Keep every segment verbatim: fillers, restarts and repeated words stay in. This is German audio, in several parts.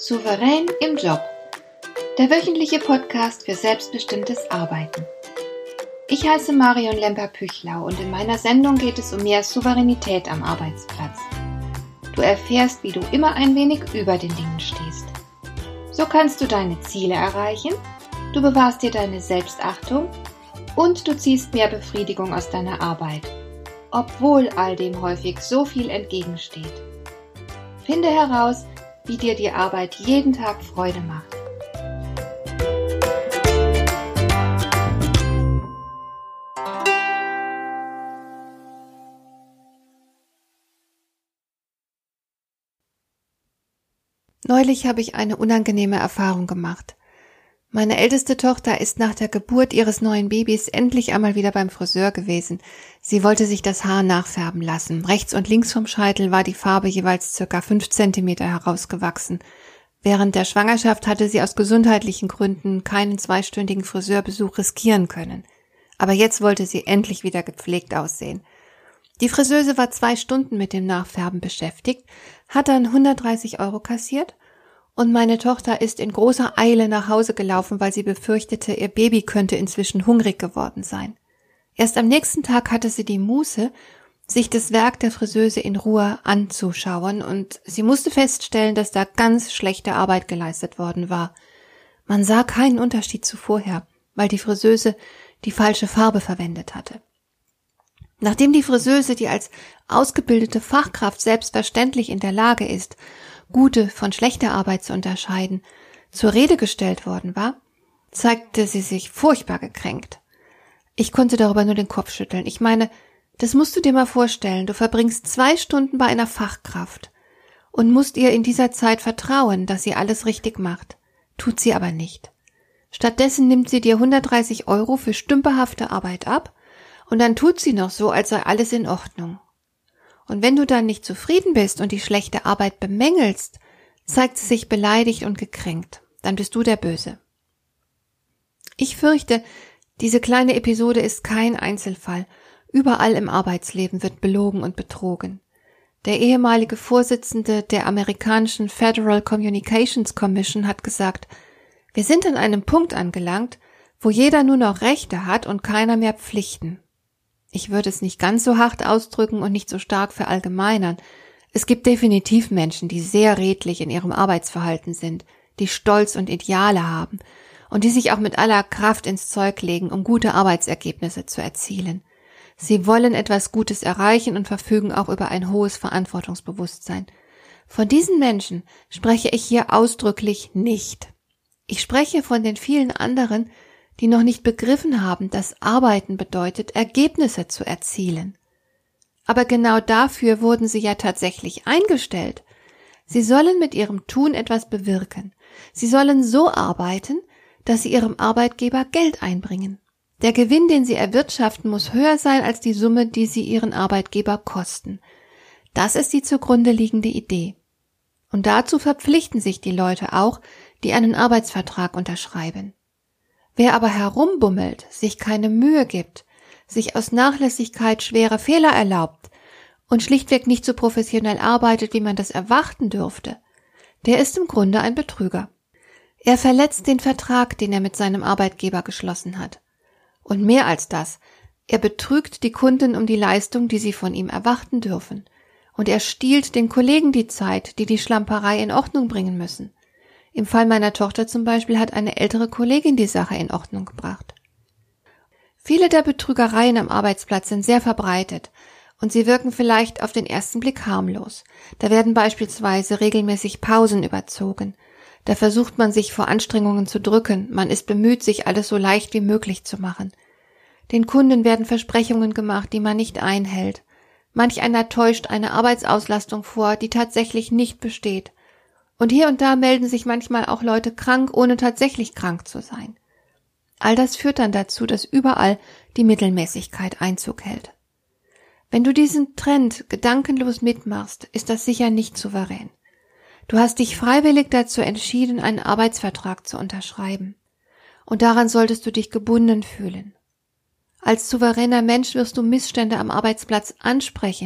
Souverän im Job. Der wöchentliche Podcast für selbstbestimmtes Arbeiten. Ich heiße Marion Lemper-Püchlau und in meiner Sendung geht es um mehr Souveränität am Arbeitsplatz. Du erfährst, wie du immer ein wenig über den Dingen stehst. So kannst du deine Ziele erreichen, du bewahrst dir deine Selbstachtung und du ziehst mehr Befriedigung aus deiner Arbeit, obwohl all dem häufig so viel entgegensteht. Finde heraus, wie dir die Arbeit jeden Tag Freude macht. Neulich habe ich eine unangenehme Erfahrung gemacht. Meine älteste Tochter ist nach der Geburt ihres neuen Babys endlich einmal wieder beim Friseur gewesen. Sie wollte sich das Haar nachfärben lassen. Rechts und links vom Scheitel war die Farbe jeweils circa fünf Zentimeter herausgewachsen. Während der Schwangerschaft hatte sie aus gesundheitlichen Gründen keinen zweistündigen Friseurbesuch riskieren können. Aber jetzt wollte sie endlich wieder gepflegt aussehen. Die Friseuse war zwei Stunden mit dem Nachfärben beschäftigt, hat dann hundertdreißig Euro kassiert und meine Tochter ist in großer Eile nach Hause gelaufen, weil sie befürchtete, ihr Baby könnte inzwischen hungrig geworden sein. Erst am nächsten Tag hatte sie die Muße, sich das Werk der Friseuse in Ruhe anzuschauen und sie musste feststellen, dass da ganz schlechte Arbeit geleistet worden war. Man sah keinen Unterschied zu vorher, weil die Friseuse die falsche Farbe verwendet hatte. Nachdem die Friseuse, die als ausgebildete Fachkraft selbstverständlich in der Lage ist, gute von schlechter Arbeit zu unterscheiden, zur Rede gestellt worden war, zeigte sie sich furchtbar gekränkt. Ich konnte darüber nur den Kopf schütteln. Ich meine, das musst du dir mal vorstellen. Du verbringst zwei Stunden bei einer Fachkraft und musst ihr in dieser Zeit vertrauen, dass sie alles richtig macht. Tut sie aber nicht. Stattdessen nimmt sie dir hundertdreißig Euro für stümperhafte Arbeit ab und dann tut sie noch so, als sei alles in Ordnung. Und wenn du dann nicht zufrieden bist und die schlechte Arbeit bemängelst, zeigt sie sich beleidigt und gekränkt. Dann bist du der Böse. Ich fürchte, diese kleine Episode ist kein Einzelfall. Überall im Arbeitsleben wird belogen und betrogen. Der ehemalige Vorsitzende der amerikanischen Federal Communications Commission hat gesagt, wir sind an einem Punkt angelangt, wo jeder nur noch Rechte hat und keiner mehr Pflichten. Ich würde es nicht ganz so hart ausdrücken und nicht so stark verallgemeinern. Es gibt definitiv Menschen, die sehr redlich in ihrem Arbeitsverhalten sind, die Stolz und Ideale haben und die sich auch mit aller Kraft ins Zeug legen, um gute Arbeitsergebnisse zu erzielen. Sie wollen etwas Gutes erreichen und verfügen auch über ein hohes Verantwortungsbewusstsein. Von diesen Menschen spreche ich hier ausdrücklich nicht. Ich spreche von den vielen anderen, die noch nicht begriffen haben, dass Arbeiten bedeutet, Ergebnisse zu erzielen. Aber genau dafür wurden sie ja tatsächlich eingestellt. Sie sollen mit ihrem Tun etwas bewirken. Sie sollen so arbeiten, dass sie ihrem Arbeitgeber Geld einbringen. Der Gewinn, den sie erwirtschaften, muss höher sein als die Summe, die sie ihren Arbeitgeber kosten. Das ist die zugrunde liegende Idee. Und dazu verpflichten sich die Leute auch, die einen Arbeitsvertrag unterschreiben. Wer aber herumbummelt, sich keine Mühe gibt, sich aus Nachlässigkeit schwere Fehler erlaubt und schlichtweg nicht so professionell arbeitet, wie man das erwarten dürfte, der ist im Grunde ein Betrüger. Er verletzt den Vertrag, den er mit seinem Arbeitgeber geschlossen hat. Und mehr als das, er betrügt die Kunden um die Leistung, die sie von ihm erwarten dürfen. Und er stiehlt den Kollegen die Zeit, die die Schlamperei in Ordnung bringen müssen. Im Fall meiner Tochter zum Beispiel hat eine ältere Kollegin die Sache in Ordnung gebracht. Viele der Betrügereien am Arbeitsplatz sind sehr verbreitet und sie wirken vielleicht auf den ersten Blick harmlos. Da werden beispielsweise regelmäßig Pausen überzogen. Da versucht man sich vor Anstrengungen zu drücken, man ist bemüht, sich alles so leicht wie möglich zu machen. Den Kunden werden Versprechungen gemacht, die man nicht einhält. Manch einer täuscht eine Arbeitsauslastung vor, die tatsächlich nicht besteht. Und hier und da melden sich manchmal auch Leute krank, ohne tatsächlich krank zu sein. All das führt dann dazu, dass überall die Mittelmäßigkeit Einzug hält. Wenn du diesen Trend gedankenlos mitmachst, ist das sicher nicht souverän. Du hast dich freiwillig dazu entschieden, einen Arbeitsvertrag zu unterschreiben. Und daran solltest du dich gebunden fühlen. Als souveräner Mensch wirst du Missstände am Arbeitsplatz ansprechen,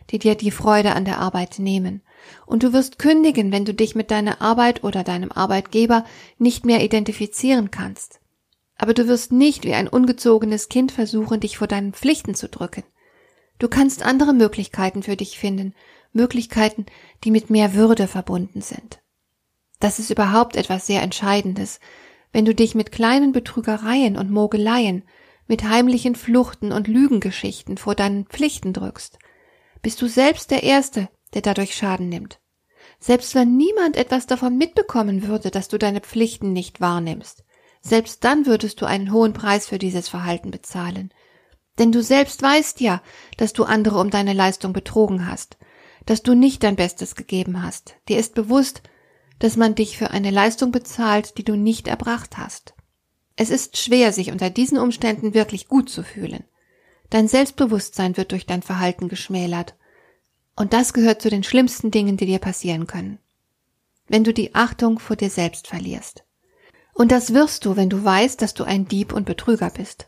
die dir die Freude an der Arbeit nehmen. Und du wirst kündigen, wenn du dich mit deiner Arbeit oder deinem Arbeitgeber nicht mehr identifizieren kannst. Aber du wirst nicht wie ein ungezogenes Kind versuchen, dich vor deinen Pflichten zu drücken. Du kannst andere Möglichkeiten für dich finden, Möglichkeiten, die mit mehr Würde verbunden sind. Das ist überhaupt etwas sehr Entscheidendes, wenn du dich mit kleinen Betrügereien und Mogeleien, mit heimlichen Fluchten und Lügengeschichten vor deinen Pflichten drückst, bist du selbst der Erste, der dadurch Schaden nimmt. Selbst wenn niemand etwas davon mitbekommen würde, dass du deine Pflichten nicht wahrnimmst, selbst dann würdest du einen hohen Preis für dieses Verhalten bezahlen. Denn du selbst weißt ja, dass du andere um deine Leistung betrogen hast, dass du nicht dein Bestes gegeben hast. Dir ist bewusst, dass man dich für eine Leistung bezahlt, die du nicht erbracht hast. Es ist schwer, sich unter diesen Umständen wirklich gut zu fühlen. Dein Selbstbewusstsein wird durch dein Verhalten geschmälert. Und das gehört zu den schlimmsten Dingen, die dir passieren können. Wenn du die Achtung vor dir selbst verlierst. Und das wirst du, wenn du weißt, dass du ein Dieb und Betrüger bist.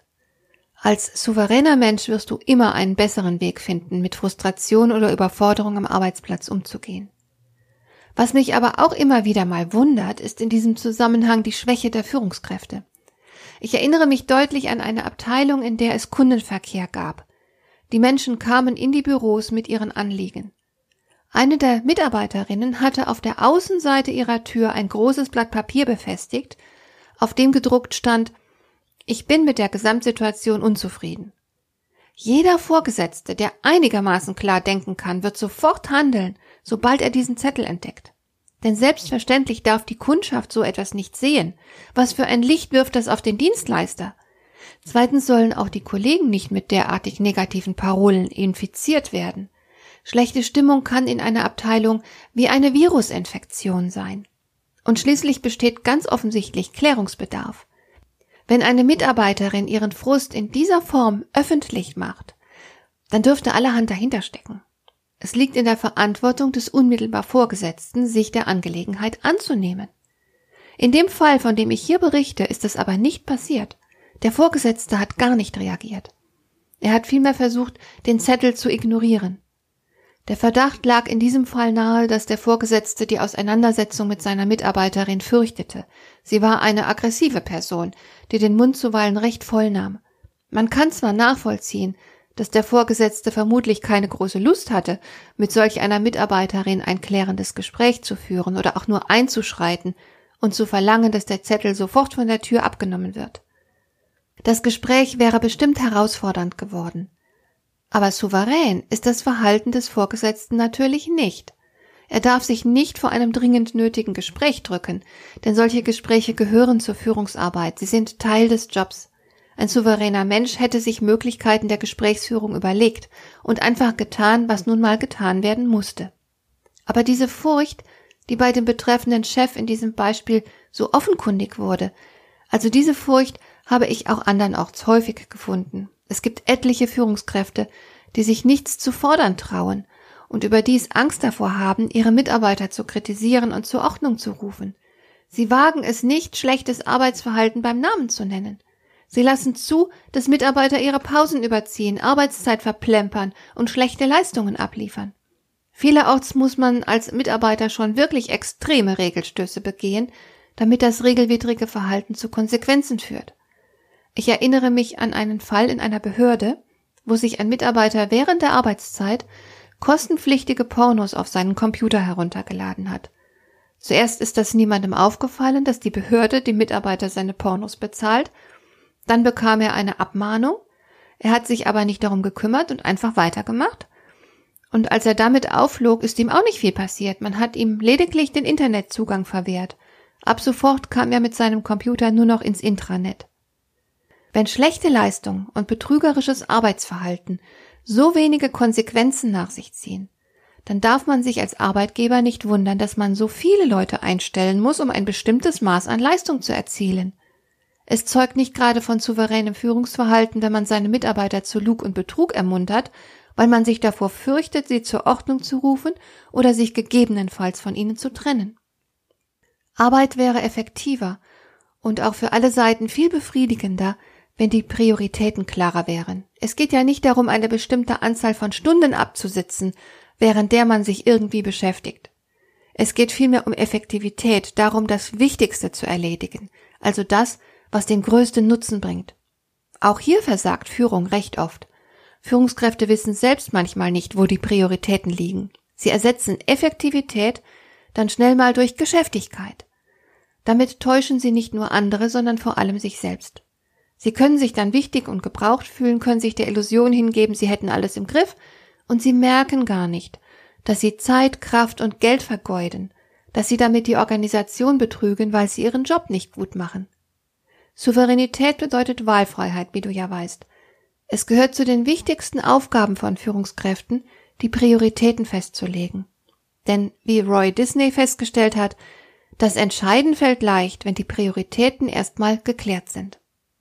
Als souveräner Mensch wirst du immer einen besseren Weg finden, mit Frustration oder Überforderung am Arbeitsplatz umzugehen. Was mich aber auch immer wieder mal wundert, ist in diesem Zusammenhang die Schwäche der Führungskräfte. Ich erinnere mich deutlich an eine Abteilung, in der es Kundenverkehr gab. Die Menschen kamen in die Büros mit ihren Anliegen. Eine der Mitarbeiterinnen hatte auf der Außenseite ihrer Tür ein großes Blatt Papier befestigt, auf dem gedruckt stand: Ich bin mit der Gesamtsituation unzufrieden. Jeder Vorgesetzte, der einigermaßen klar denken kann, wird sofort handeln, sobald er diesen Zettel entdeckt. Denn selbstverständlich darf die Kundschaft so etwas nicht sehen. Was für ein Licht wirft das auf den Dienstleister? Zweitens sollen auch die Kollegen nicht mit derartig negativen Parolen infiziert werden. Schlechte Stimmung kann in einer Abteilung wie eine Virusinfektion sein. Und schließlich besteht ganz offensichtlich Klärungsbedarf. Wenn eine Mitarbeiterin ihren Frust in dieser Form öffentlich macht, dann dürfte allerhand dahinter stecken. Es liegt in der Verantwortung des unmittelbar Vorgesetzten, sich der Angelegenheit anzunehmen. In dem Fall, von dem ich hier berichte, ist es aber nicht passiert. Der Vorgesetzte hat gar nicht reagiert. Er hat vielmehr versucht, den Zettel zu ignorieren. Der Verdacht lag in diesem Fall nahe, dass der Vorgesetzte die Auseinandersetzung mit seiner Mitarbeiterin fürchtete. Sie war eine aggressive Person, die den Mund zuweilen recht voll nahm. Man kann zwar nachvollziehen, dass der Vorgesetzte vermutlich keine große Lust hatte, mit solch einer Mitarbeiterin ein klärendes Gespräch zu führen oder auch nur einzuschreiten und zu verlangen, dass der Zettel sofort von der Tür abgenommen wird. Das Gespräch wäre bestimmt herausfordernd geworden. Aber souverän ist das Verhalten des Vorgesetzten natürlich nicht. Er darf sich nicht vor einem dringend nötigen Gespräch drücken, denn solche Gespräche gehören zur Führungsarbeit, sie sind Teil des Jobs. Ein souveräner Mensch hätte sich Möglichkeiten der Gesprächsführung überlegt und einfach getan, was nun mal getan werden musste. Aber diese Furcht, die bei dem betreffenden Chef in diesem Beispiel so offenkundig wurde, also diese Furcht habe ich auch andernorts häufig gefunden. Es gibt etliche Führungskräfte, die sich nichts zu fordern trauen und überdies Angst davor haben, ihre Mitarbeiter zu kritisieren und zur Ordnung zu rufen. Sie wagen es nicht, schlechtes Arbeitsverhalten beim Namen zu nennen. Sie lassen zu, dass Mitarbeiter ihre Pausen überziehen, Arbeitszeit verplempern und schlechte Leistungen abliefern. Vielerorts muss man als Mitarbeiter schon wirklich extreme Regelstöße begehen, damit das regelwidrige Verhalten zu Konsequenzen führt. Ich erinnere mich an einen Fall in einer Behörde, wo sich ein Mitarbeiter während der Arbeitszeit kostenpflichtige Pornos auf seinen Computer heruntergeladen hat. Zuerst ist das niemandem aufgefallen, dass die Behörde dem Mitarbeiter seine Pornos bezahlt. Dann bekam er eine Abmahnung. Er hat sich aber nicht darum gekümmert und einfach weitergemacht. Und als er damit aufflog, ist ihm auch nicht viel passiert. Man hat ihm lediglich den Internetzugang verwehrt. Ab sofort kam er mit seinem Computer nur noch ins Intranet. Wenn schlechte Leistung und betrügerisches Arbeitsverhalten so wenige Konsequenzen nach sich ziehen, dann darf man sich als Arbeitgeber nicht wundern, dass man so viele Leute einstellen muss, um ein bestimmtes Maß an Leistung zu erzielen. Es zeugt nicht gerade von souveränem Führungsverhalten, wenn man seine Mitarbeiter zu Lug und Betrug ermuntert, weil man sich davor fürchtet, sie zur Ordnung zu rufen oder sich gegebenenfalls von ihnen zu trennen. Arbeit wäre effektiver und auch für alle Seiten viel befriedigender, wenn die Prioritäten klarer wären. Es geht ja nicht darum, eine bestimmte Anzahl von Stunden abzusitzen, während der man sich irgendwie beschäftigt. Es geht vielmehr um Effektivität, darum, das Wichtigste zu erledigen, also das, was den größten Nutzen bringt. Auch hier versagt Führung recht oft. Führungskräfte wissen selbst manchmal nicht, wo die Prioritäten liegen. Sie ersetzen Effektivität dann schnell mal durch Geschäftigkeit. Damit täuschen sie nicht nur andere, sondern vor allem sich selbst. Sie können sich dann wichtig und gebraucht fühlen, können sich der Illusion hingeben, sie hätten alles im Griff, und sie merken gar nicht, dass sie Zeit, Kraft und Geld vergeuden, dass sie damit die Organisation betrügen, weil sie ihren Job nicht gut machen. Souveränität bedeutet Wahlfreiheit, wie du ja weißt. Es gehört zu den wichtigsten Aufgaben von Führungskräften, die Prioritäten festzulegen. Denn, wie Roy Disney festgestellt hat, das Entscheiden fällt leicht, wenn die Prioritäten erstmal geklärt sind.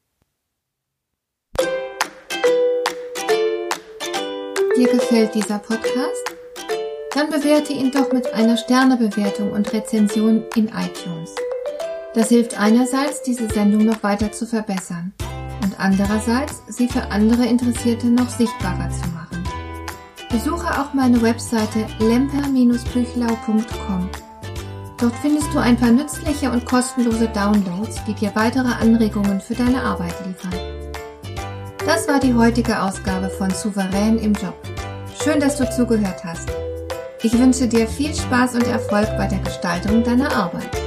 Dir gefällt dieser Podcast? Dann bewerte ihn doch mit einer Sternebewertung und Rezension in iTunes. Das hilft einerseits, diese Sendung noch weiter zu verbessern und andererseits, sie für andere Interessierte noch sichtbarer zu machen. Besuche auch meine Webseite lemper Bindestrich püchlau Punkt com. Dort findest du ein paar nützliche und kostenlose Downloads, die dir weitere Anregungen für deine Arbeit liefern. Das war die heutige Ausgabe von Souverän im Job. Schön, dass du zugehört hast. Ich wünsche dir viel Spaß und Erfolg bei der Gestaltung deiner Arbeit.